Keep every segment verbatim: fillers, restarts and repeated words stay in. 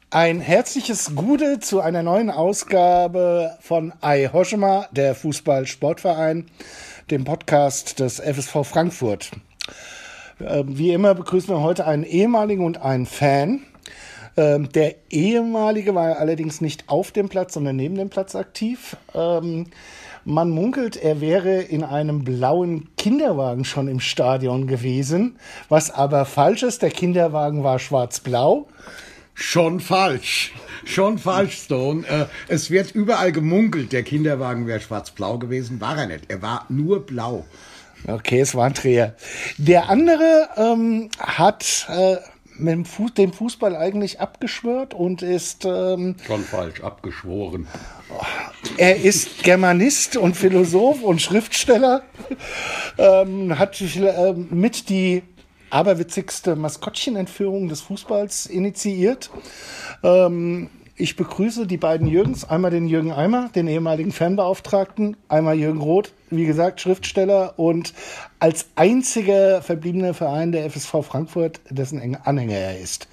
Ein herzliches Gute zu einer neuen Ausgabe von Ei Hoschema, der Fußball-Sportverein, dem Podcast des F S V Frankfurt. Wie immer begrüßen wir heute einen ehemaligen und einen Fan. Der ehemalige war allerdings nicht auf dem Platz, sondern neben dem Platz aktiv. Man munkelt, er wäre in einem blauen Kinderwagen schon im Stadion gewesen, was aber falsch ist. Der Kinderwagen war schwarz-blau. Schon falsch, schon falsch, Stone. Äh, es wird überall gemunkelt, der Kinderwagen wäre schwarz-blau gewesen. War er nicht, er war nur blau. Okay, es war ein Dreher. Der andere ähm, hat äh, mit dem, Fuß, dem Fußball eigentlich abgeschwört und ist... Ähm, schon falsch, abgeschworen. Er ist Germanist und Philosoph und Schriftsteller, ähm, hat äh, mit die... aberwitzigste Maskottchenentführung des Fußballs initiiert. Ähm, ich begrüße die beiden Jürgens, einmal den Jürgen Eimer, den ehemaligen Fanbeauftragten, einmal Jürgen Roth, wie gesagt, Schriftsteller und als einziger verbliebener Verein der F S V Frankfurt, dessen Anhänger er ist.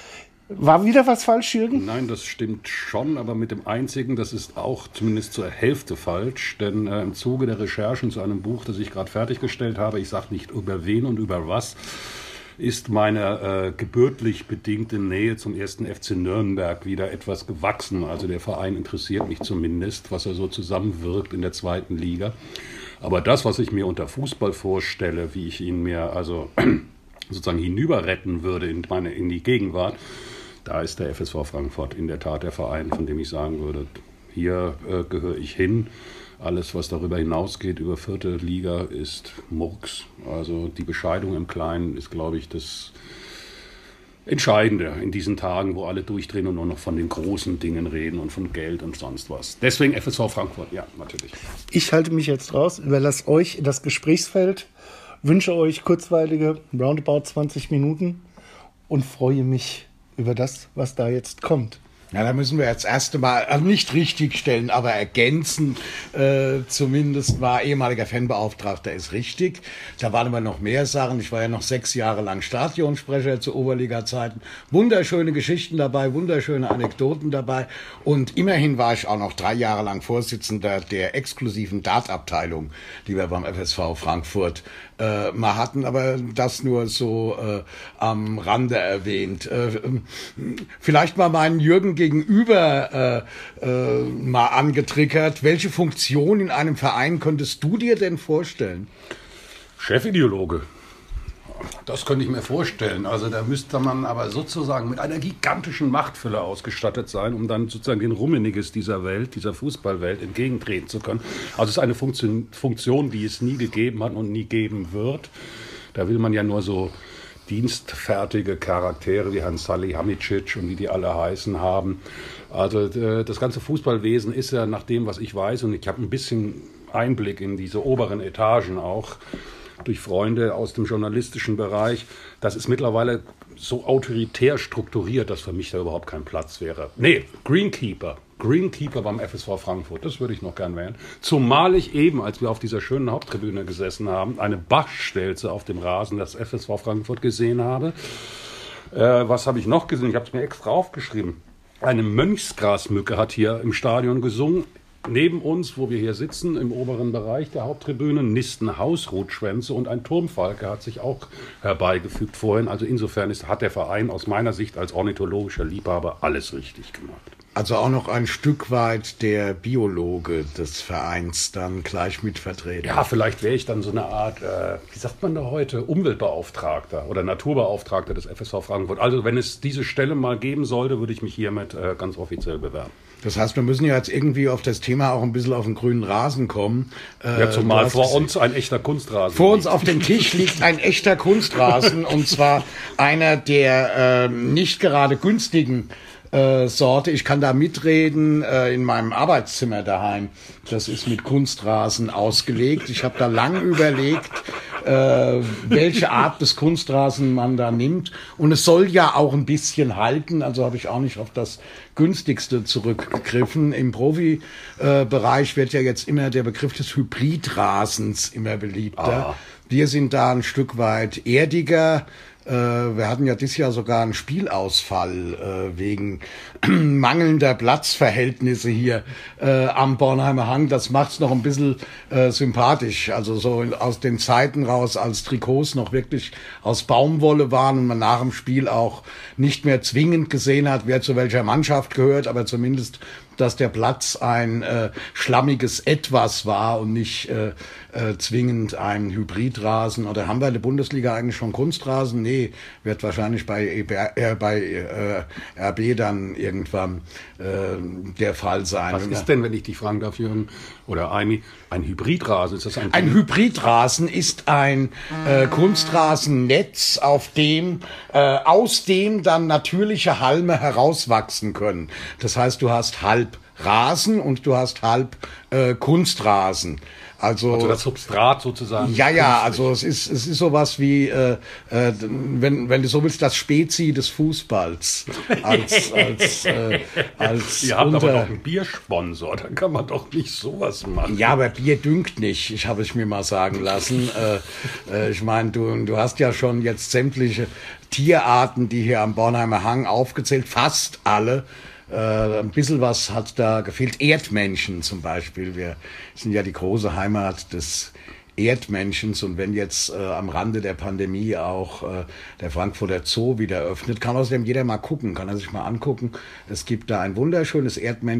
War wieder was falsch, Jürgen? Nein, das stimmt schon, aber mit dem einzigen, das ist auch zumindest zur Hälfte falsch, denn äh, im Zuge der Recherchen zu einem Buch, das ich gerade fertiggestellt habe, ich sage nicht über wen und über was, ist meine äh, gebürtlich bedingte Nähe zum ersten F C Nürnberg wieder etwas gewachsen. Also der Verein interessiert mich zumindest, was er so zusammenwirkt in der zweiten Liga. Aber das, was ich mir unter Fußball vorstelle, wie ich ihn mir also sozusagen hinüber retten würde in, meine, in die Gegenwart, da ist der F S V Frankfurt in der Tat der Verein, von dem ich sagen würde, hier äh, gehöre ich hin. Alles, was darüber hinausgeht, über vierte Liga, ist Murks. Also die Bescheidung im Kleinen ist, glaube ich, das Entscheidende in diesen Tagen, wo alle durchdrehen und nur noch von den großen Dingen reden und von Geld und sonst was. Deswegen F S V Frankfurt, ja, natürlich. Ich halte mich jetzt raus, überlasse euch das Gesprächsfeld, wünsche euch kurzweilige, roundabout zwanzig Minuten und freue mich über das, was da jetzt kommt. Ja, da müssen wir jetzt erst einmal, also nicht richtig stellen, aber ergänzen. Äh, zumindest war ehemaliger Fanbeauftragter ist richtig. Da waren aber noch mehr Sachen. Ich war ja noch sechs Jahre lang Stadionsprecher zu Oberliga-Zeiten. Wunderschöne Geschichten dabei, wunderschöne Anekdoten dabei. Und immerhin war ich auch noch drei Jahre lang Vorsitzender der exklusiven Dartabteilung, die wir beim F S V Frankfurt äh, mal hatten. Aber das nur so äh, am Rande erwähnt. Äh, vielleicht mal meinen Jürgen gegenüber äh, äh, mal angetriggert. Welche Funktion in einem Verein könntest du dir denn vorstellen? Chefideologe. Das könnte ich mir vorstellen. Also da müsste man aber sozusagen mit einer gigantischen Machtfülle ausgestattet sein, um dann sozusagen den Rummeniges dieser Welt, dieser Fußballwelt entgegentreten zu können. Also es ist eine Funktion, Funktion, die es nie gegeben hat und nie geben wird. Da will man ja nur so dienstfertige Charaktere wie Herrn Salihamidzic und wie die alle heißen haben. Also das ganze Fußballwesen ist ja nach dem, was ich weiß, und ich habe ein bisschen Einblick in diese oberen Etagen auch durch Freunde aus dem journalistischen Bereich, das ist mittlerweile so autoritär strukturiert, dass für mich da überhaupt kein Platz wäre. Nee, Greenkeeper. Greenkeeper beim F S V Frankfurt, das würde ich noch gern wählen. Zumal ich eben, als wir auf dieser schönen Haupttribüne gesessen haben, eine Bachstelze auf dem Rasen des F S V Frankfurt gesehen habe. Äh, was habe ich noch gesehen? Ich habe es mir extra aufgeschrieben. Eine Mönchsgrasmücke hat hier im Stadion gesungen. Neben uns, wo wir hier sitzen, im oberen Bereich der Haupttribüne, nisten Hausrotschwänze und ein Turmfalke hat sich auch herbeigefügt vorhin. Also insofern ist, hat der Verein aus meiner Sicht als ornithologischer Liebhaber alles richtig gemacht. Also auch noch ein Stück weit der Biologe des Vereins dann gleich mit vertreten. Ja, vielleicht wäre ich dann so eine Art, äh, wie sagt man da heute, Umweltbeauftragter oder Naturbeauftragter des F S V Frankfurt. Also wenn es diese Stelle mal geben sollte, würde ich mich hiermit äh, ganz offiziell bewerben. Das heißt, wir müssen ja jetzt irgendwie auf das Thema auch ein bisschen auf den grünen Rasen kommen. Ja, zumal vor uns ein echter Kunstrasen Vor liegt. uns auf dem Tisch liegt ein echter Kunstrasen und zwar einer der äh, nicht gerade günstigen äh, Sorte. Ich kann da mitreden äh, in meinem Arbeitszimmer daheim. Das ist mit Kunstrasen ausgelegt. Ich habe da lang überlegt, äh, welche Art des Kunstrasen man da nimmt. Und es soll ja auch ein bisschen halten, also habe ich auch nicht auf das günstigste zurückgegriffen. Im Profibereich wird ja jetzt immer der Begriff des Hybridrasens immer beliebter. Ah. Wir sind da ein Stück weit erdiger Äh, wir hatten ja dieses Jahr sogar einen Spielausfall äh, wegen mangelnder Platzverhältnisse hier äh, am Bornheimer Hang. Das macht's noch ein bisschen äh, sympathisch. Also so aus den Zeiten raus, als Trikots noch wirklich aus Baumwolle waren und man nach dem Spiel auch nicht mehr zwingend gesehen hat, wer zu welcher Mannschaft gehört, aber zumindest, dass der Platz ein äh, schlammiges Etwas war und nicht äh, äh, zwingend ein Hybridrasen. Oder haben wir in der Bundesliga eigentlich schon Kunstrasen? Nee, wird wahrscheinlich bei, E B, äh, bei äh, R B dann irgendwann äh, der Fall sein. Was ist denn, wenn ich dich fragen darf, Jürgen oder Aimi, ein Hybridrasen? Ist das ein, ein Hybridrasen ist ein äh, Kunstrasennetz, auf dem äh, aus dem dann natürliche Halme herauswachsen können. Das heißt, du hast halb Rasen und du hast halb äh, Kunstrasen. Also, also das Substrat sozusagen. Ja, ja, also es ist es ist sowas wie, äh, äh, wenn wenn du so willst, das Spezi des Fußballs. Als als äh, als Ihr habt unter aber doch einen Biersponsor, da kann man doch nicht sowas machen. Ja, aber Bier dünkt nicht, ich habe es mir mal sagen lassen. äh, äh, ich meine, du du hast ja schon jetzt sämtliche Tierarten, die hier am Bornheimer Hang aufgezählt, fast alle. Äh, ein bisschen was hat da gefehlt. Erdmännchen zum Beispiel. Wir sind ja die große Heimat des Erdmännchens. Und wenn jetzt äh, am Rande der Pandemie auch äh, der Frankfurter Zoo wieder öffnet, kann außerdem jeder mal gucken, kann er sich mal angucken. Es gibt da ein wunderschönes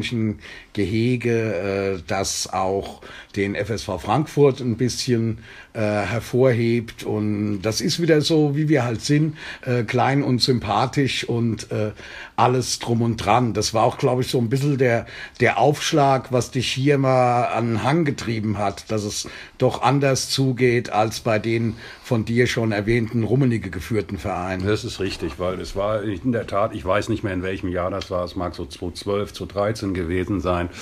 Erdmännchengehege, äh, das auch den F S V Frankfurt ein bisschen äh, hervorhebt. Und das ist wieder so, wie wir halt sind, äh, klein und sympathisch und äh, alles drum und dran. Das war auch, glaube ich, so ein bisschen der, der Aufschlag, was dich hier mal an den Hang getrieben hat, dass es doch anders zugeht als bei den von dir schon erwähnten Rummenigge geführten Vereinen. Das ist richtig, weil es war in der Tat, ich weiß nicht mehr, in welchem Jahr das war, es mag so zweitausendzwölf, zweitausenddreizehn gewesen sein,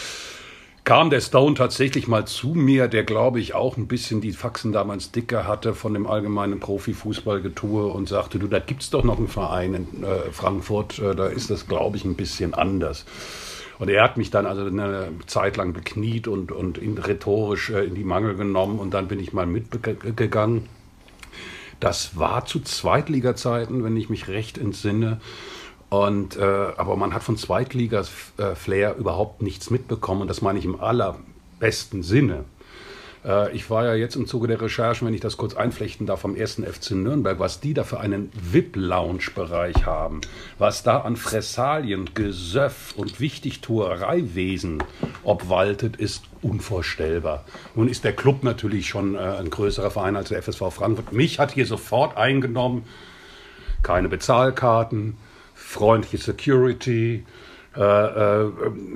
kam der Stone tatsächlich mal zu mir, der, glaube ich, auch ein bisschen die Faxen damals dicker hatte von dem allgemeinen Profifußballgetue und sagte, du, da gibt's doch noch einen Verein in äh, Frankfurt, äh, da ist das, glaube ich, ein bisschen anders. Und er hat mich dann also eine Zeit lang bekniet und, und in, rhetorisch äh, in die Mangel genommen und dann bin ich mal mitgegangen. Das war zu Zweitliga-Zeiten, wenn ich mich recht entsinne. Und, äh, aber man hat von Zweitliga-Flair überhaupt nichts mitbekommen. Und das meine ich im allerbesten Sinne. Äh, ich war ja jetzt im Zuge der Recherchen, wenn ich das kurz einflechten darf, am ersten F C Nürnberg, was die da für einen V I P-Lounge-Bereich haben, was da an Fressalien, Gesöff und Wichtigtuereiwesen obwaltet, ist unvorstellbar. Nun ist der Club natürlich schon äh, ein größerer Verein als der F S V Frankfurt. Mich hat hier sofort eingenommen, keine Bezahlkarten, freundliche Security, äh, äh,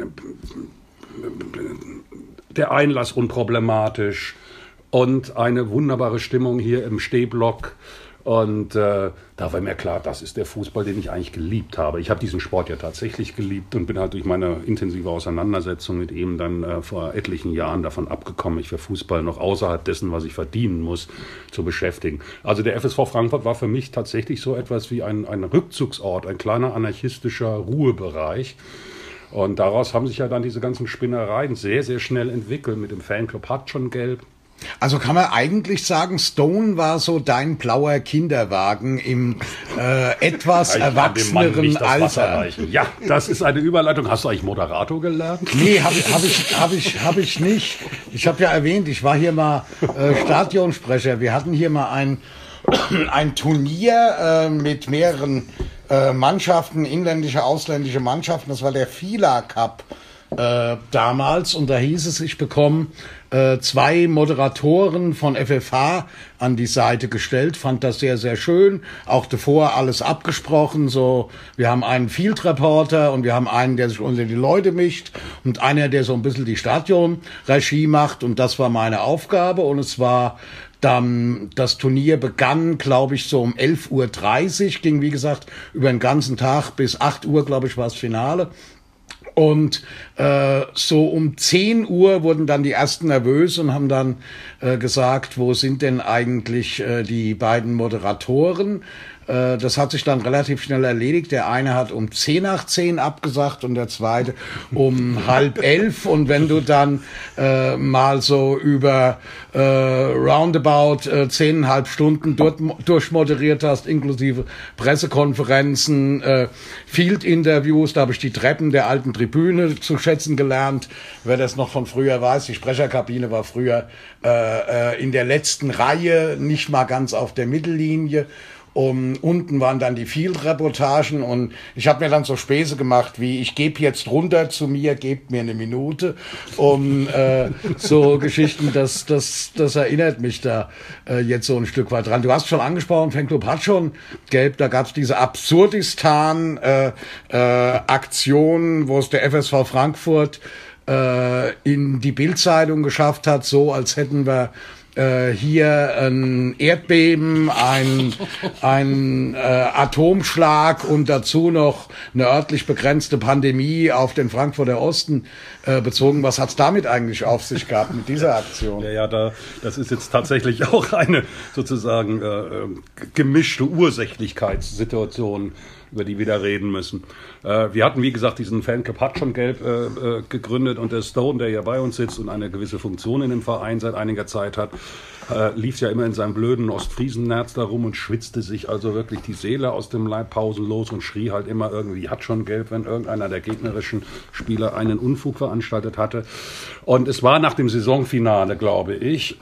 der Einlass unproblematisch und eine wunderbare Stimmung hier im Stehblock. Und äh, da war mir klar, das ist der Fußball, den ich eigentlich geliebt habe. Ich habe diesen Sport ja tatsächlich geliebt und bin halt durch meine intensive Auseinandersetzung mit ihm dann äh, vor etlichen Jahren davon abgekommen, mich für Fußball noch außerhalb dessen, was ich verdienen muss, zu beschäftigen. Also der F S V Frankfurt war für mich tatsächlich so etwas wie ein, ein Rückzugsort, ein kleiner anarchistischer Ruhebereich. Und daraus haben sich ja dann diese ganzen Spinnereien sehr, sehr schnell entwickelt. Mit dem Fanclub Hat schon Gelb. Also kann man eigentlich sagen, Stone war so dein blauer Kinderwagen im äh, etwas Ich erwachseneren Alter. Ja, das ist eine Überleitung. Hast du eigentlich Moderator gelernt? Nee, habe ich, hab ich, hab ich, hab ich nicht. Ich habe ja erwähnt, ich war hier mal äh, Stadionsprecher. Wir hatten hier mal ein, ein Turnier äh, mit mehreren äh, Mannschaften, inländische, ausländische Mannschaften. Das war der Fila Cup äh, damals. Und da hieß es, ich bekomme äh, zwei Moderatoren von F F H an die Seite gestellt. Fand das sehr, sehr schön. Auch davor alles abgesprochen. So, wir haben einen Field Reporter und wir haben einen, der sich unter die Leute mischt und einer, der so ein bisschen die Stadionregie macht. Und das war meine Aufgabe. Und es war dann, das Turnier begann, glaube ich, so um elf Uhr dreißig, ging, wie gesagt, über den ganzen Tag bis acht Uhr, glaube ich, war das Finale. Und äh, so um zehn Uhr wurden dann die ersten nervös und haben dann äh, gesagt, wo sind denn eigentlich äh, die beiden Moderatoren? Äh, das hat sich dann relativ schnell erledigt. Der eine hat um zehn nach zehn abgesagt und der zweite um halb elf. Und wenn du dann äh, mal so über äh, roundabout äh, zehneinhalb Stunden durch, durchmoderiert hast, inklusive Pressekonferenzen, äh, Field-Interviews, da habe ich die Treppen der alten Tribüne zu schätzen gelernt. Wer das noch von früher weiß, die Sprecherkabine war früher äh, äh, in der letzten Reihe, nicht mal ganz auf der Mittellinie. Um, unten waren dann die Field-Reportagen und ich habe mir dann so Späße gemacht, wie ich gebe jetzt runter zu mir, gebt mir eine Minute, um äh, so Geschichten, das, das, das erinnert mich da äh, jetzt so ein Stück weit dran. Du hast schon angesprochen, Fanclub hat schon gelb, da gab es diese Absurdistan äh, äh, Aktion, wo es der F S V Frankfurt äh, in die Bild-Zeitung geschafft hat, so als hätten wir Äh, hier ein Erdbeben, ein, ein äh, Atomschlag und dazu noch eine örtlich begrenzte Pandemie auf den Frankfurter Osten äh, bezogen. Was hat's damit eigentlich auf sich gehabt mit dieser Aktion? Ja, ja, da, das ist jetzt tatsächlich auch eine sozusagen äh, gemischte Ursächlichkeitssituation, über die wir da reden müssen. Äh, wir hatten, wie gesagt, diesen Fanclub hat schon gelb äh, äh, gegründet und der Stone, der ja bei uns sitzt und eine gewisse Funktion in dem Verein seit einiger Zeit hat, äh, lief ja immer in seinem blöden Ostfriesennerz da rum und schwitzte sich also wirklich die Seele aus dem Leib pausenlos und schrie halt immer irgendwie, hat schon gelb, wenn irgendeiner der gegnerischen Spieler einen Unfug veranstaltet hatte. Und es war nach dem Saisonfinale, glaube ich,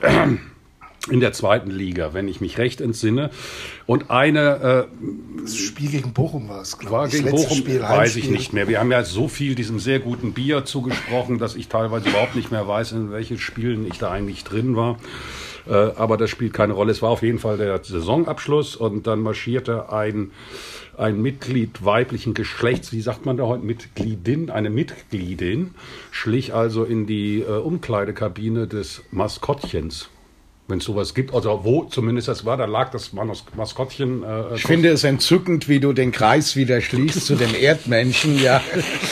in der zweiten Liga, wenn ich mich recht entsinne. Und eine... Äh, das Spiel gegen Bochum war es, glaube war ich. Gegen Letztes Bochum, Spiel, weiß ich Heimspiel. nicht mehr. Wir haben ja so viel diesem sehr guten Bier zugesprochen, dass ich teilweise überhaupt nicht mehr weiß, in welchen Spielen ich da eigentlich drin war. Äh, aber das spielt keine Rolle. Es war auf jeden Fall der Saisonabschluss und dann marschierte ein... ein Mitglied weiblichen Geschlechts, wie sagt man da heute, Mitgliedin, eine Mitgliedin, schlich also in die äh, Umkleidekabine des Maskottchens. Wenn es sowas gibt, also wo zumindest das war, da lag das Mas- Maskottchen. Äh, Ich finde es entzückend, wie du den Kreis wieder schließt zu dem Erdmännchen, ja.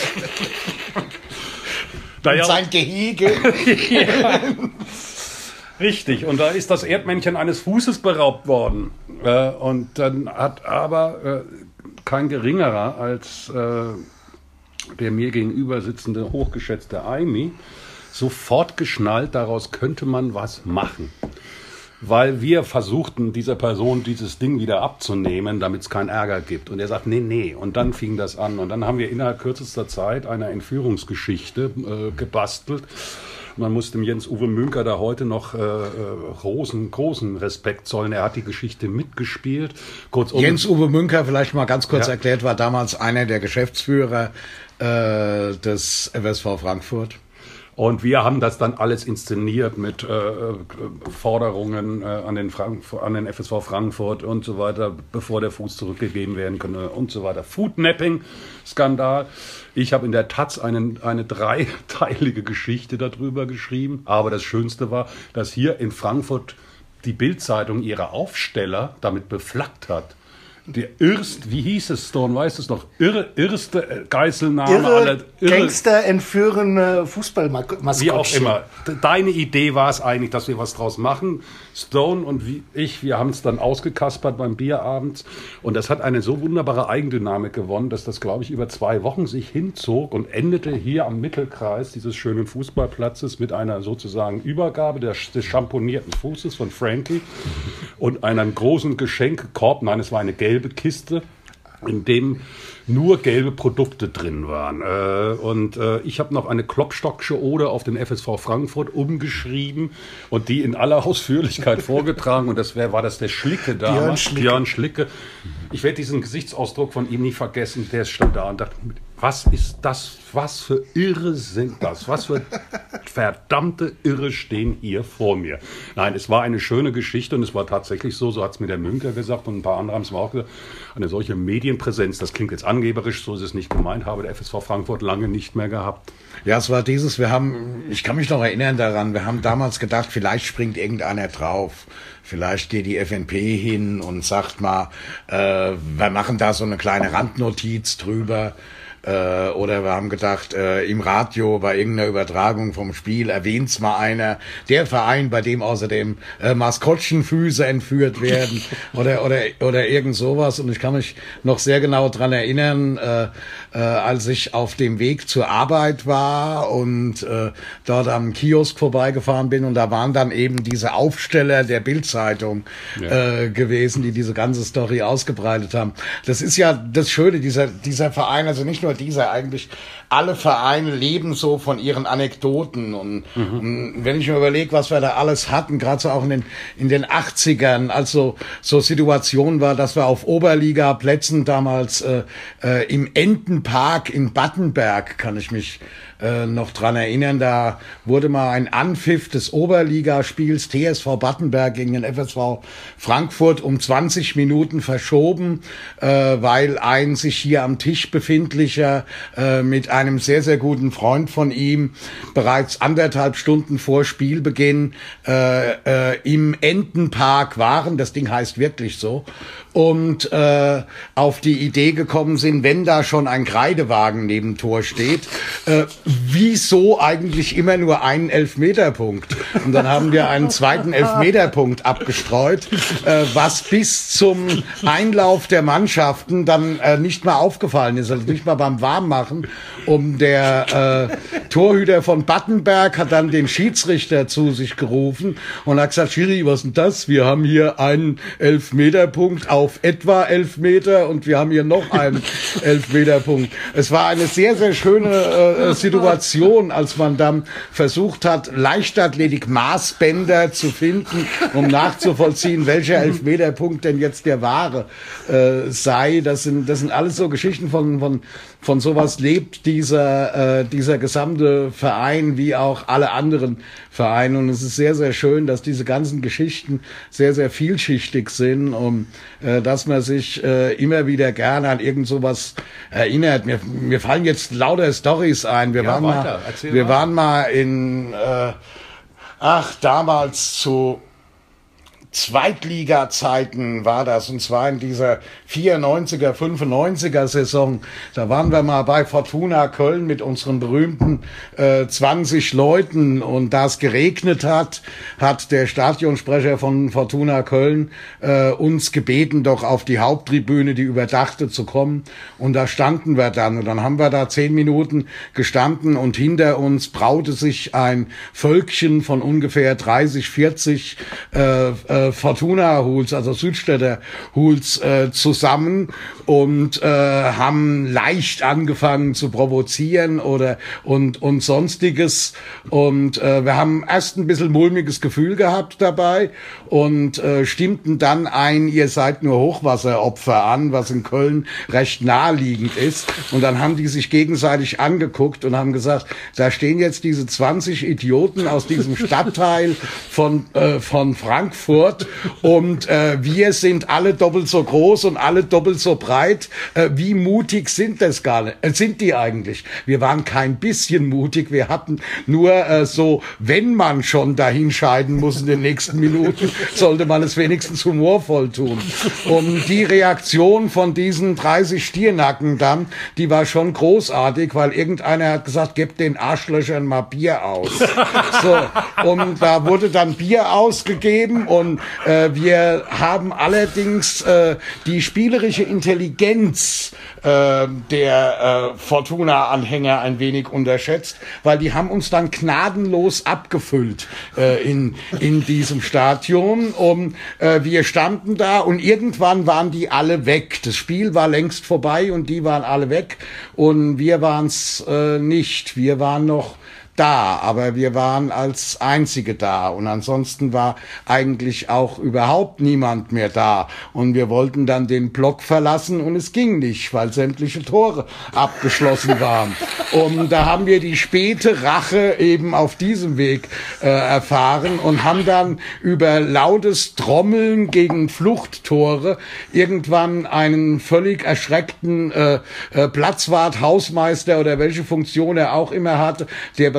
naja, Und sein Gehege. ja. Richtig, und da ist das Erdmännchen eines Fußes beraubt worden. Äh, und dann hat aber äh, kein geringerer als äh, der mir gegenüber sitzende, hochgeschätzte Aimi sofort geschnallt, daraus könnte man was machen. Weil wir versuchten, dieser Person dieses Ding wieder abzunehmen, damit es keinen Ärger gibt. Und er sagt, nee, nee. Und dann fing das an. Und dann haben wir innerhalb kürzester Zeit eine Entführungsgeschichte äh, gebastelt. Man muss dem Jens-Uwe Münker da heute noch äh, großen, großen Respekt zollen. Er hat die Geschichte mitgespielt. Kurzum, Jens-Uwe Münker, vielleicht mal ganz kurz Ja. erklärt, war damals einer der Geschäftsführer äh, des F S V Frankfurt. Und wir haben das dann alles inszeniert mit äh, Forderungen äh, an, den Frank- an den F S V Frankfurt und so weiter, bevor der Fuß zurückgegeben werden könne und so weiter. Foodnapping-Skandal. Ich habe in der Taz einen, eine dreiteilige Geschichte darüber geschrieben. Aber das Schönste war, dass hier in Frankfurt die Bild-Zeitung ihre Aufsteller damit beflaggt hat. Der irrst, wie hieß es, Stone, weißt du es noch? Irre, irrste Geiselnahme Irre, aller irre, Gangster entführen äh, Fußballmaskottchen. wie auch immer. Deine Idee war es eigentlich, dass wir was draus machen. Stone und wie ich, wir haben es dann ausgekaspert beim Bierabend. Und das hat eine so wunderbare Eigendynamik gewonnen, dass das, glaube ich, über zwei Wochen sich hinzog und endete hier am Mittelkreis dieses schönen Fußballplatzes mit einer sozusagen Übergabe des, des champonierten Fußes von Frankie und einem großen Geschenkkorb. Nein, es war eine gelbe Kiste, in dem nur gelbe Produkte drin waren. Äh, und äh, ich habe noch eine Klopstocksche Ode auf den F S V Frankfurt umgeschrieben und die in aller Ausführlichkeit vorgetragen. Und das wär, war das der Schlicke damals. Björn Schlicke. Björn Schlicke. Ich werde diesen Gesichtsausdruck von ihm nie vergessen. Der stand da und dachte, was ist das? Was für Irre sind das? Was für verdammte Irre stehen hier vor mir? Nein, es war eine schöne Geschichte und es war tatsächlich so, so hat es mir der Münker gesagt und ein paar andere haben es mir auch gesagt, eine solche Medienpräsenz, das klingt jetzt angeberisch, so ist es nicht gemeint, habe der F S V Frankfurt lange nicht mehr gehabt. Ja, es war dieses, wir haben, ich kann mich noch erinnern daran, wir haben damals gedacht, vielleicht springt irgendeiner drauf. Vielleicht geht die F N P hin und sagt mal, äh, wir machen da so eine kleine Randnotiz drüber. Äh, oder wir haben gedacht, äh, im Radio bei irgendeiner Übertragung vom Spiel erwähnt's mal einer, der Verein, bei dem außerdem äh, Maskottchenfüße entführt werden oder oder oder irgend sowas. Und ich kann mich noch sehr genau dran erinnern, äh, äh, als ich auf dem Weg zur Arbeit war und äh, dort am Kiosk vorbeigefahren bin und da waren dann eben diese Aufsteller der Bild-Zeitung ja. äh, gewesen, die diese ganze Story ausgebreitet haben. Das ist ja das Schöne, dieser dieser Verein, also nicht nur dieser, eigentlich alle Vereine leben so von ihren Anekdoten und, mhm. und wenn ich mir überlege, was wir da alles hatten, gerade so auch in den in den achtzigern, also so Situation war, dass wir auf Oberliga-Plätzen damals äh, äh, im Entenpark in Battenberg, kann ich mich äh, noch dran erinnern, da wurde mal ein Anpfiff des Oberligaspiels T S V Battenberg gegen den F S V Frankfurt um zwanzig Minuten verschoben, äh, weil ein sich hier am Tisch befindlicher äh, mit einem sehr, sehr guten Freund von ihm bereits anderthalb Stunden vor Spielbeginn äh, äh, im Entenpark waren, das Ding heißt wirklich so, und äh, auf die Idee gekommen sind, wenn da schon ein Kreidewagen neben Tor steht, äh, wieso eigentlich immer nur einen Elfmeterpunkt? Und dann haben wir einen zweiten Elfmeterpunkt abgestreut, äh, was bis zum Einlauf der Mannschaften dann äh, nicht mal aufgefallen ist, also nicht mal beim Warmmachen. Um der äh, Torhüter von Battenberg hat dann den Schiedsrichter zu sich gerufen und hat gesagt, Schiri, was ist denn das? Wir haben hier einen Elfmeterpunkt auf etwa elf Meter und wir haben hier noch einen Elfmeterpunkt. Es war eine sehr, sehr schöne äh, Situation, als man dann versucht hat, Leichtathletik-Maßbänder zu finden, um nachzuvollziehen, welcher Elfmeterpunkt denn jetzt der wahre äh, sei. Das sind, das sind alles so Geschichten von, von, von sowas lebt dieser, äh, dieser gesamte Verein wie auch alle anderen Vereine. Und es ist sehr, sehr schön, dass diese ganzen Geschichten sehr, sehr vielschichtig sind, um äh, dass man sich äh, immer wieder gerne an irgend sowas erinnert. Mir, mir fallen jetzt lauter Storys ein. Wir, ja, waren, mal, wir weiter. waren mal in, äh, ach, damals zu Zweitliga-Zeiten war das, und zwar in dieser vierundneunziger, fünfundneunziger Saison. Da waren wir mal bei Fortuna Köln mit unseren berühmten äh, zwanzig Leuten, und da es geregnet hat, hat der Stadionsprecher von Fortuna Köln äh, uns gebeten, doch auf die Haupttribüne, die überdachte, zu kommen, und da standen wir dann, und dann haben wir da zehn Minuten gestanden, und hinter uns braute sich ein Völkchen von ungefähr dreißig, vierzig äh, äh, Fortuna-Hools, also Südstädter-Hools äh, zusammen und äh, haben leicht angefangen zu provozieren oder und und sonstiges, und äh, wir haben erst ein bisschen mulmiges Gefühl gehabt dabei und äh, stimmten dann ein, ihr seid nur Hochwasseropfer an, was in Köln recht naheliegend ist, und dann haben die sich gegenseitig angeguckt und haben gesagt, da stehen jetzt diese zwanzig Idioten aus diesem Stadtteil von äh, von Frankfurt, und äh, wir sind alle doppelt so groß und alle doppelt so breit. Äh, wie mutig sind das gar nicht? Äh, sind die eigentlich? Wir waren kein bisschen mutig. Wir hatten nur äh, so, wenn man schon dahin scheiden muss in den nächsten Minuten, sollte man es wenigstens humorvoll tun. Und die Reaktion von diesen dreißig Stiernacken dann, die war schon großartig, weil irgendeiner hat gesagt, gebt den Arschlöchern mal Bier aus. So, und da wurde dann Bier ausgegeben, und äh, wir haben allerdings äh, die spielerische Intelligenz äh, der äh, Fortuna-Anhänger ein wenig unterschätzt, weil die haben uns dann gnadenlos abgefüllt äh, in in diesem Stadion, und äh, wir standen da, und irgendwann waren die alle weg. Das Spiel war längst vorbei und die waren alle weg, und wir waren's äh, nicht. Wir waren noch da, aber wir waren als Einzige da, und ansonsten war eigentlich auch überhaupt niemand mehr da, und wir wollten dann den Block verlassen, und es ging nicht, weil sämtliche Tore abgeschlossen waren. Und da haben wir die späte Rache eben auf diesem Weg äh, erfahren und haben dann über lautes Trommeln gegen Fluchttore irgendwann einen völlig erschreckten äh, äh, Platzwart, Hausmeister oder welche Funktion er auch immer hatte, der bereits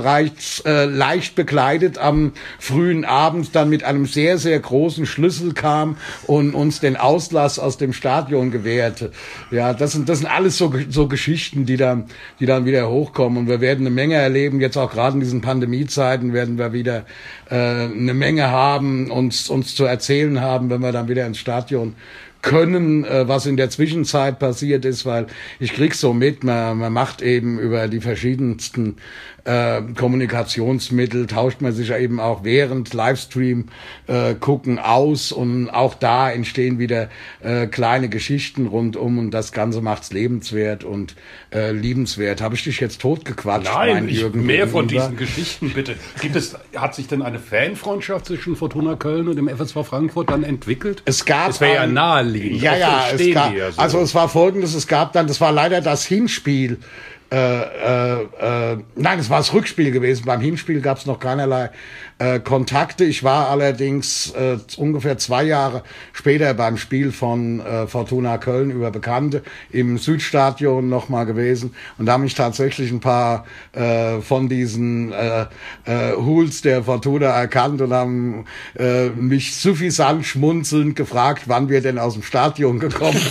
bereits äh, leicht bekleidet am frühen Abend dann mit einem sehr, sehr großen Schlüssel kam und uns den Auslass aus dem Stadion gewährte. Ja, das sind, das sind alles so, so Geschichten, die dann, die dann wieder hochkommen. Und wir werden eine Menge erleben. Jetzt auch gerade in diesen Pandemiezeiten werden wir wieder äh, eine Menge haben, uns, uns zu erzählen haben, wenn wir dann wieder ins Stadion können, was in der Zwischenzeit passiert ist, weil ich krieg's so mit, man, man macht eben über die verschiedensten äh, Kommunikationsmittel, tauscht man sich ja eben auch während Livestream äh, gucken aus und auch da entstehen wieder äh, kleine Geschichten rundum und das Ganze macht's lebenswert und äh, liebenswert. Habe ich dich jetzt totgequatscht? Nein, ich, mehr von diesen Geschichten, bitte. Gibt es, hat sich denn eine Fanfreundschaft zwischen Fortuna Köln und dem F S V Frankfurt dann entwickelt? Es gab... Es wäre ja naheliegend. Ja, ja, es gab, ja so. Also es war Folgendes, es gab dann, das war leider das Hinspiel, Äh, äh, äh, nein, es war das Rückspiel gewesen. Beim Hinspiel gab es noch keinerlei äh, Kontakte. Ich war allerdings äh, ungefähr zwei Jahre später beim Spiel von äh, Fortuna Köln über Bekannte im Südstadion nochmal gewesen und da haben mich tatsächlich ein paar äh, von diesen äh, äh, Hools der Fortuna erkannt und haben äh, mich suffisant schmunzelnd gefragt, wann wir denn aus dem Stadion gekommen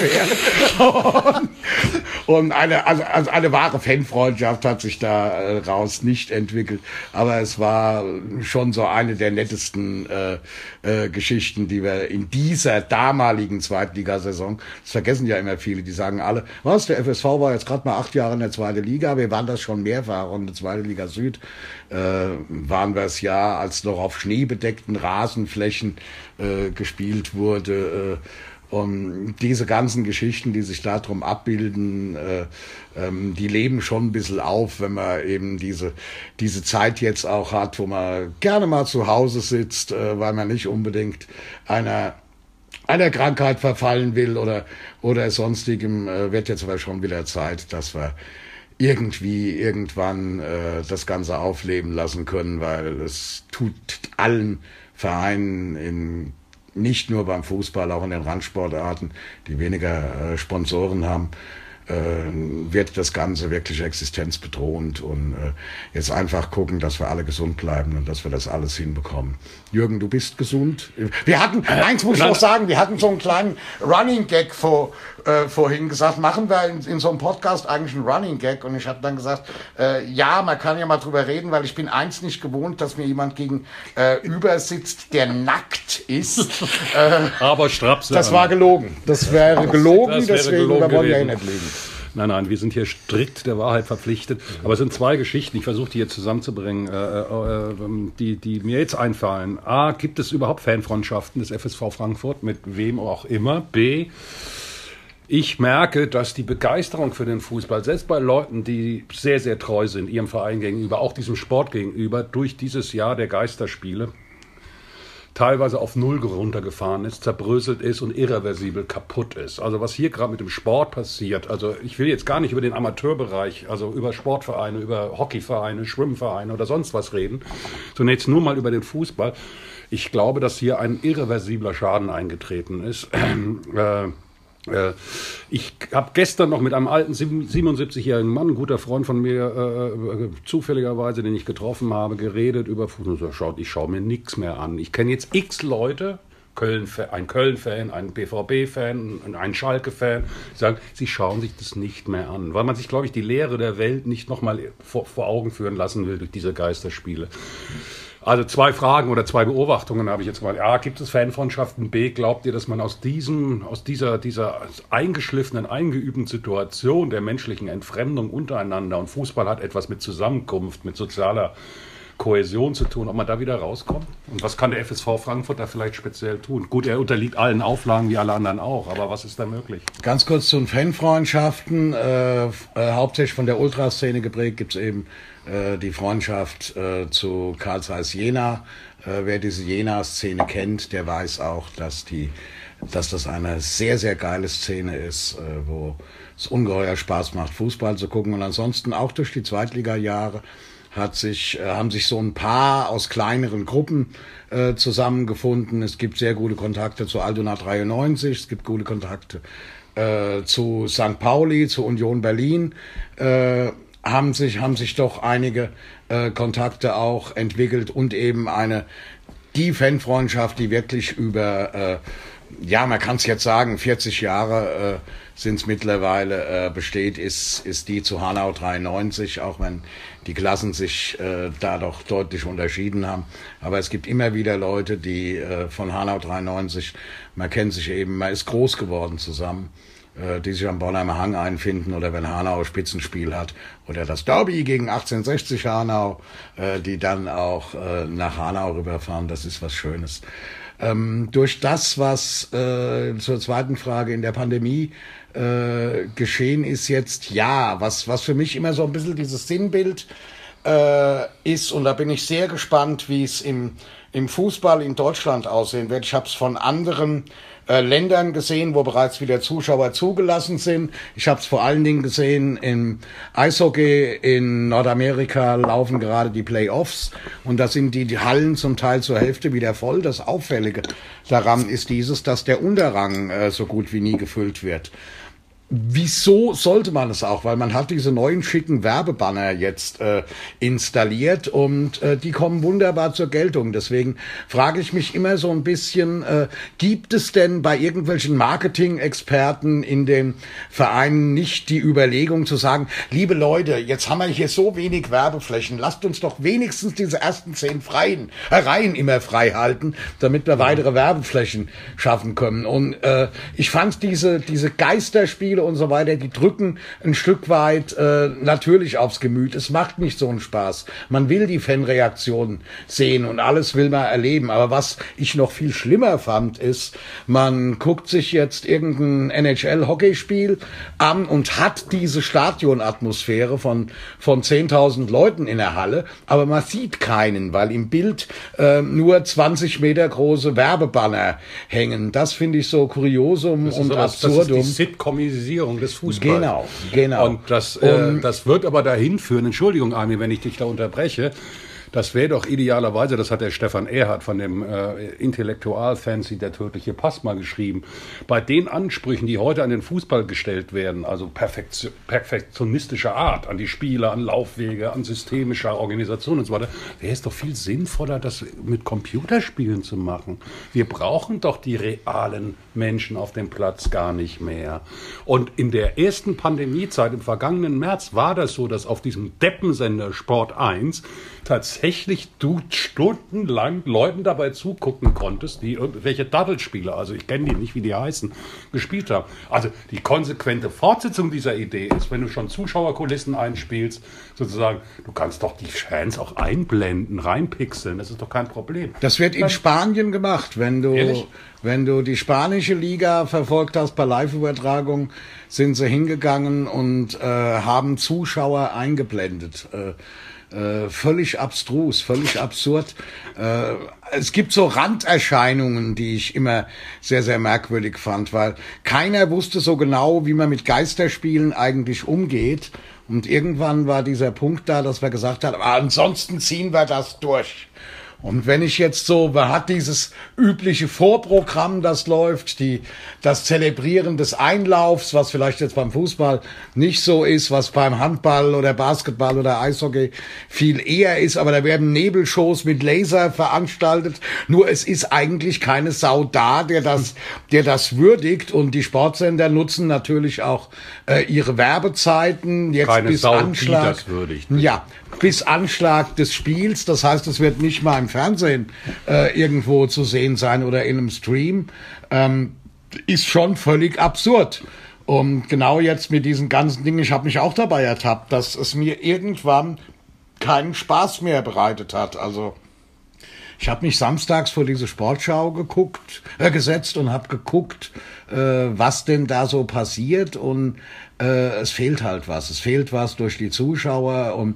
wären. Und eine, also, also eine wahre Fanfreundschaft hat sich da äh, raus nicht entwickelt. Aber es war schon so eine der nettesten äh, äh, Geschichten, die wir in dieser damaligen Zweitligasaison, das vergessen ja immer viele, die sagen alle, was, der F S V war jetzt gerade mal acht Jahre in der zweiten Liga, wir waren das schon mehrfach und in der zweiten Liga Süd äh, waren wir es ja, als noch auf schneebedeckten Rasenflächen äh, gespielt wurde, äh, und diese ganzen Geschichten, die sich darum abbilden, äh, ähm, die leben schon ein bisschen auf, wenn man eben diese diese Zeit jetzt auch hat, wo man gerne mal zu Hause sitzt, äh, weil man nicht unbedingt einer einer Krankheit verfallen will oder oder sonstigem. Äh, wird jetzt aber schon wieder Zeit, dass wir irgendwie irgendwann äh, das Ganze aufleben lassen können, weil es tut allen Vereinen in nicht nur beim Fußball, auch in den Randsportarten, die weniger äh, Sponsoren haben, äh, wird das Ganze wirklich existenzbedrohend und äh, jetzt einfach gucken, dass wir alle gesund bleiben und dass wir das alles hinbekommen. Jürgen, du bist gesund? Wir hatten, äh, eins muss ich noch sagen, wir hatten so einen kleinen Running Gag vor, äh, vorhin gesagt, machen wir in, in so einem Podcast eigentlich einen Running Gag und ich habe dann gesagt, äh, ja, man kann ja mal drüber reden, weil ich bin eins nicht gewohnt, dass mir jemand gegenüber äh, sitzt, der nackt ist. äh, Aber Strapse. Das war gelogen. Das wäre gelogen, das wäre deswegen gelogen wir wollen ja gewesen. nicht lügen. Nein, nein, wir sind hier strikt der Wahrheit verpflichtet. Aber es sind zwei Geschichten, ich versuche die jetzt zusammenzubringen, äh, äh, die, die mir jetzt einfallen. A, gibt es überhaupt Fanfreundschaften des F S V Frankfurt, mit wem auch immer? B, ich merke, dass die Begeisterung für den Fußball, selbst bei Leuten, die sehr, sehr treu sind, ihrem Verein gegenüber, auch diesem Sport gegenüber, durch dieses Jahr der Geisterspiele, teilweise auf Null runtergefahren ist, zerbröselt ist und irreversibel kaputt ist. Also was hier gerade mit dem Sport passiert, also ich will jetzt gar nicht über den Amateurbereich, also über Sportvereine, über Hockeyvereine, Schwimmvereine oder sonst was reden, sondern jetzt nur mal über den Fußball. Ich glaube, dass hier ein irreversibler Schaden eingetreten ist. äh, Ich habe gestern noch mit einem alten siebenundsiebzigjährigen Mann, ein guter Freund von mir, äh, zufälligerweise, den ich getroffen habe, geredet über Fußball. Schaut, ich schaue mir nichts mehr an. Ich kenne jetzt x Leute, Köln, ein Köln-Fan, ein B V B-Fan, ein Schalke-Fan, die sagen, sie schauen sich das nicht mehr an, weil man sich, glaube ich, die Leere der Welt nicht nochmal vor, vor Augen führen lassen will durch diese Geisterspiele. Also zwei Fragen oder zwei Beobachtungen habe ich jetzt mal. A, gibt es Fanfreundschaften? B, glaubt ihr, dass man aus diesem, aus dieser, dieser eingeschliffenen, eingeübten Situation der menschlichen Entfremdung untereinander, und Fußball hat etwas mit Zusammenkunft, mit sozialer Kohäsion zu tun, ob man da wieder rauskommt? Und was kann der F S V Frankfurt da vielleicht speziell tun? Gut, er unterliegt allen Auflagen wie alle anderen auch, aber was ist da möglich? Ganz kurz zu den Fanfreundschaften. Äh, äh, hauptsächlich von der Ultraszene geprägt gibt es eben äh, die Freundschaft äh, zu Carl Zeiss Jena. Äh, wer diese Jena-Szene kennt, der weiß auch, dass, die, dass das eine sehr, sehr geile Szene ist, äh, wo es ungeheuer Spaß macht, Fußball zu gucken. Und ansonsten auch durch die Zweitliga-Jahre hat sich, äh, haben sich so ein paar aus kleineren Gruppen äh, zusammengefunden. Es gibt sehr gute Kontakte zu Aldona dreiundneunzig, es gibt gute Kontakte äh, zu Sankt Pauli, zu Union Berlin. Äh, haben sich, haben sich doch einige äh, Kontakte auch entwickelt und eben eine, die Fanfreundschaft, die wirklich über, äh, ja, man kann es jetzt sagen, vierzig Jahre äh, sind es mittlerweile äh, besteht, ist, ist die zu Hanau dreiundneunzig, auch wenn die Klassen sich äh, da doch deutlich unterschieden haben. Aber es gibt immer wieder Leute, die äh, von Hanau dreiundneunzig, man kennt sich eben, man ist groß geworden zusammen, äh, die sich am Bornheimer Hang einfinden oder wenn Hanau ein Spitzenspiel hat oder das Derby gegen achtzehnhundertsechzig Hanau, äh, die dann auch äh, nach Hanau rüberfahren. Das ist was Schönes. Ähm, durch das, was äh, zur zweiten Frage in der Pandemie äh, geschehen ist jetzt, ja, was, was für mich immer so ein bisschen dieses Sinnbild äh, ist, und da bin ich sehr gespannt, wie es im, im Fußball in Deutschland aussehen wird. Ich habe es von anderen äh, Ländern gesehen, wo bereits wieder Zuschauer zugelassen sind. Ich habe es vor allen Dingen gesehen im Eishockey in Nordamerika laufen gerade die Playoffs und da sind die, die Hallen zum Teil zur Hälfte wieder voll. Das Auffällige daran ist dieses, dass der Unterrang äh, so gut wie nie gefüllt wird. Wieso sollte man es auch? Weil man hat diese neuen schicken Werbebanner jetzt äh, installiert und äh, die kommen wunderbar zur Geltung. Deswegen frage ich mich immer so ein bisschen, äh, gibt es denn bei irgendwelchen Marketing-Experten in den Vereinen nicht die Überlegung zu sagen, liebe Leute, jetzt haben wir hier so wenig Werbeflächen, lasst uns doch wenigstens diese ersten zehn freien äh, Reihen immer frei halten, damit wir weitere Werbeflächen schaffen können. Und äh, ich fand diese, diese Geisterspiele und so weiter, die drücken ein Stück weit äh, natürlich aufs Gemüt. Es macht nicht so einen Spaß. Man will die Fanreaktionen sehen und alles will man erleben. Aber was ich noch viel schlimmer fand, ist, man guckt sich jetzt irgendein N H L-Hockeyspiel an und hat diese Stadionatmosphäre von von zehntausend Leuten in der Halle, aber man sieht keinen, weil im Bild äh, nur zwanzig Meter große Werbebanner hängen. Das finde ich so Kuriosum und aber, Absurdum. Das ist die Sitcomisierung des Fußballs. Genau, genau. Und das, äh, das wird aber dahin führen, Entschuldigung, Armin, wenn ich dich da unterbreche, das wäre doch idealerweise, das hat der Stefan Erhardt von dem äh, Intellektual-Fancy Der tödliche Pass mal geschrieben, bei den Ansprüchen, die heute an den Fußball gestellt werden, also perfektion, perfektionistischer Art, an die Spieler, an Laufwege, an systemischer Organisation und so weiter, wäre es doch viel sinnvoller, das mit Computerspielen zu machen. Wir brauchen doch die realen Menschen auf dem Platz gar nicht mehr. Und in der ersten Pandemiezeit im vergangenen März war das so, dass auf diesem Deppensender Sport eins tatsächlich du stundenlang Leuten dabei zugucken konntest, die irgendwelche Daddelspiele, also ich kenne die nicht, wie die heißen, gespielt haben. Also die konsequente Fortsetzung dieser Idee ist, wenn du schon Zuschauerkulissen einspielst, sozusagen, du kannst doch die Fans auch einblenden, reinpixeln, das ist doch kein Problem. Das wird in Spanien gemacht, wenn du, Ehrlich? wenn du die spanische Liga verfolgt hast bei Live-Übertragung, sind sie hingegangen und äh, haben Zuschauer eingeblendet. Äh, Äh, völlig abstrus, völlig absurd. Äh, es gibt so Randerscheinungen, die ich immer sehr, sehr merkwürdig fand, weil keiner wusste so genau, wie man mit Geisterspielen eigentlich umgeht. Und irgendwann war dieser Punkt da, dass wir gesagt haben, aber ansonsten ziehen wir das durch. Und wenn ich jetzt so, man hat dieses übliche Vorprogramm, das läuft, die, das Zelebrieren des Einlaufs, was vielleicht jetzt beim Fußball nicht so ist, was beim Handball oder Basketball oder Eishockey viel eher ist, aber da werden Nebelshows mit Laser veranstaltet, nur es ist eigentlich keine Sau da, der das, der das würdigt, und die Sportsender nutzen natürlich auch äh, ihre Werbezeiten, jetzt keine bis Sau, Anschlag, die das würdigt. ja, bis Anschlag des Spiels, das heißt, es wird nicht mal im Fernsehen äh, irgendwo zu sehen sein oder in einem Stream, ähm, ist schon völlig absurd. Und genau jetzt mit diesen ganzen Dingen, ich habe mich auch dabei ertappt, dass es mir irgendwann keinen Spaß mehr bereitet hat. Also ich habe mich samstags vor diese Sportschau geguckt, äh, gesetzt und habe geguckt, äh, was denn da so passiert, und äh, es fehlt halt was. Es fehlt was durch die Zuschauer, und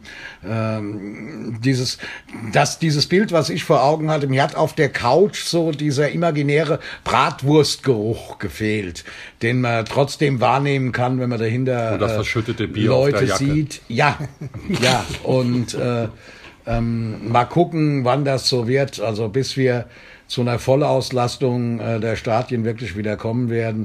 ähm, dieses, das, dieses Bild, was ich vor Augen hatte, mir hat auf der Couch so dieser imaginäre Bratwurstgeruch gefehlt, den man trotzdem wahrnehmen kann, wenn man dahinter und das verschüttete Bier Leute auf der Jacke sieht. Ja, ja, und äh, Ähm, mal gucken, wann das so wird. Also bis wir zu einer Vollauslastung äh, der Stadien wirklich wieder kommen werden,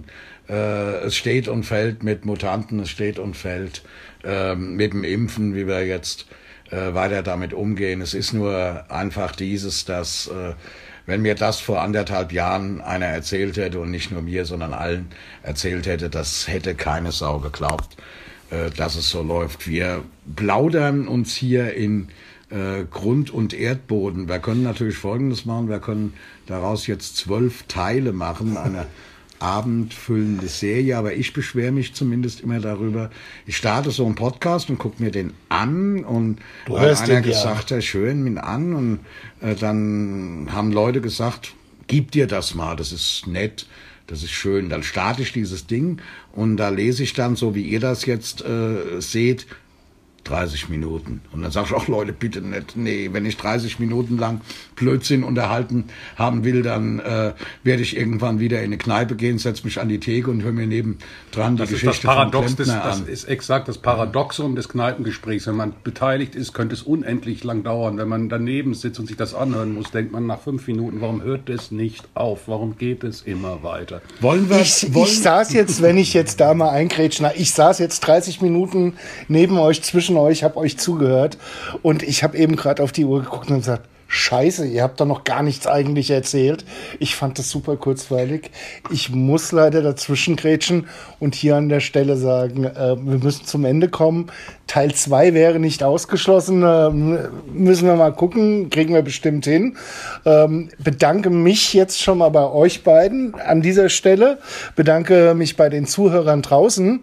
Äh, es steht und fällt mit Mutanten, es steht und fällt äh, mit dem Impfen, wie wir jetzt äh, weiter damit umgehen. Es ist nur einfach dieses, dass äh, wenn mir das vor anderthalb Jahren einer erzählt hätte und nicht nur mir, sondern allen erzählt hätte, das hätte keine Sau geglaubt, äh, dass es so läuft. Wir plaudern uns hier in äh, Grund und Erdboden. Wir können natürlich Folgendes machen, wir können daraus jetzt zwölf Teile machen, eine abendfüllende Serie, aber ich beschwere mich zumindest immer darüber. Ich starte so einen Podcast und gucke mir den an und du weil hörst einer den, gesagt hat, schön ihn an und äh, dann haben Leute gesagt, gib dir das mal, das ist nett, das ist schön. Dann starte ich dieses Ding und da lese ich dann, so wie ihr das jetzt äh, seht, dreißig Minuten. Und dann sag ich auch, Leute, bitte nicht. Nee, wenn ich dreißig Minuten lang Blödsinn unterhalten haben will, dann äh, werde ich irgendwann wieder in eine Kneipe gehen, setze mich an die Theke und höre mir nebendran die das Geschichte ist das Paradox von des, Klempner Das an. ist exakt das Paradoxum des Kneipengesprächs. Wenn man beteiligt ist, könnte es unendlich lang dauern. Wenn man daneben sitzt und sich das anhören muss, denkt man nach fünf Minuten, warum hört es nicht auf? Warum geht es immer weiter? Wollen wir, Ich, wollen, ich saß jetzt, wenn ich jetzt da mal eingrätschen, ich saß jetzt dreißig Minuten neben euch, zwischen euch, habe euch zugehört und ich habe eben gerade auf die Uhr geguckt und gesagt, Scheiße, ihr habt doch noch gar nichts eigentlich erzählt. Ich fand das super kurzweilig. Ich muss leider dazwischen grätschen und hier an der Stelle sagen, äh, wir müssen zum Ende kommen. Teil zwei wäre nicht ausgeschlossen. Äh, müssen wir mal gucken. Kriegen wir bestimmt hin. Ähm, bedanke mich jetzt schon mal bei euch beiden an dieser Stelle. Bedanke mich bei den Zuhörern draußen.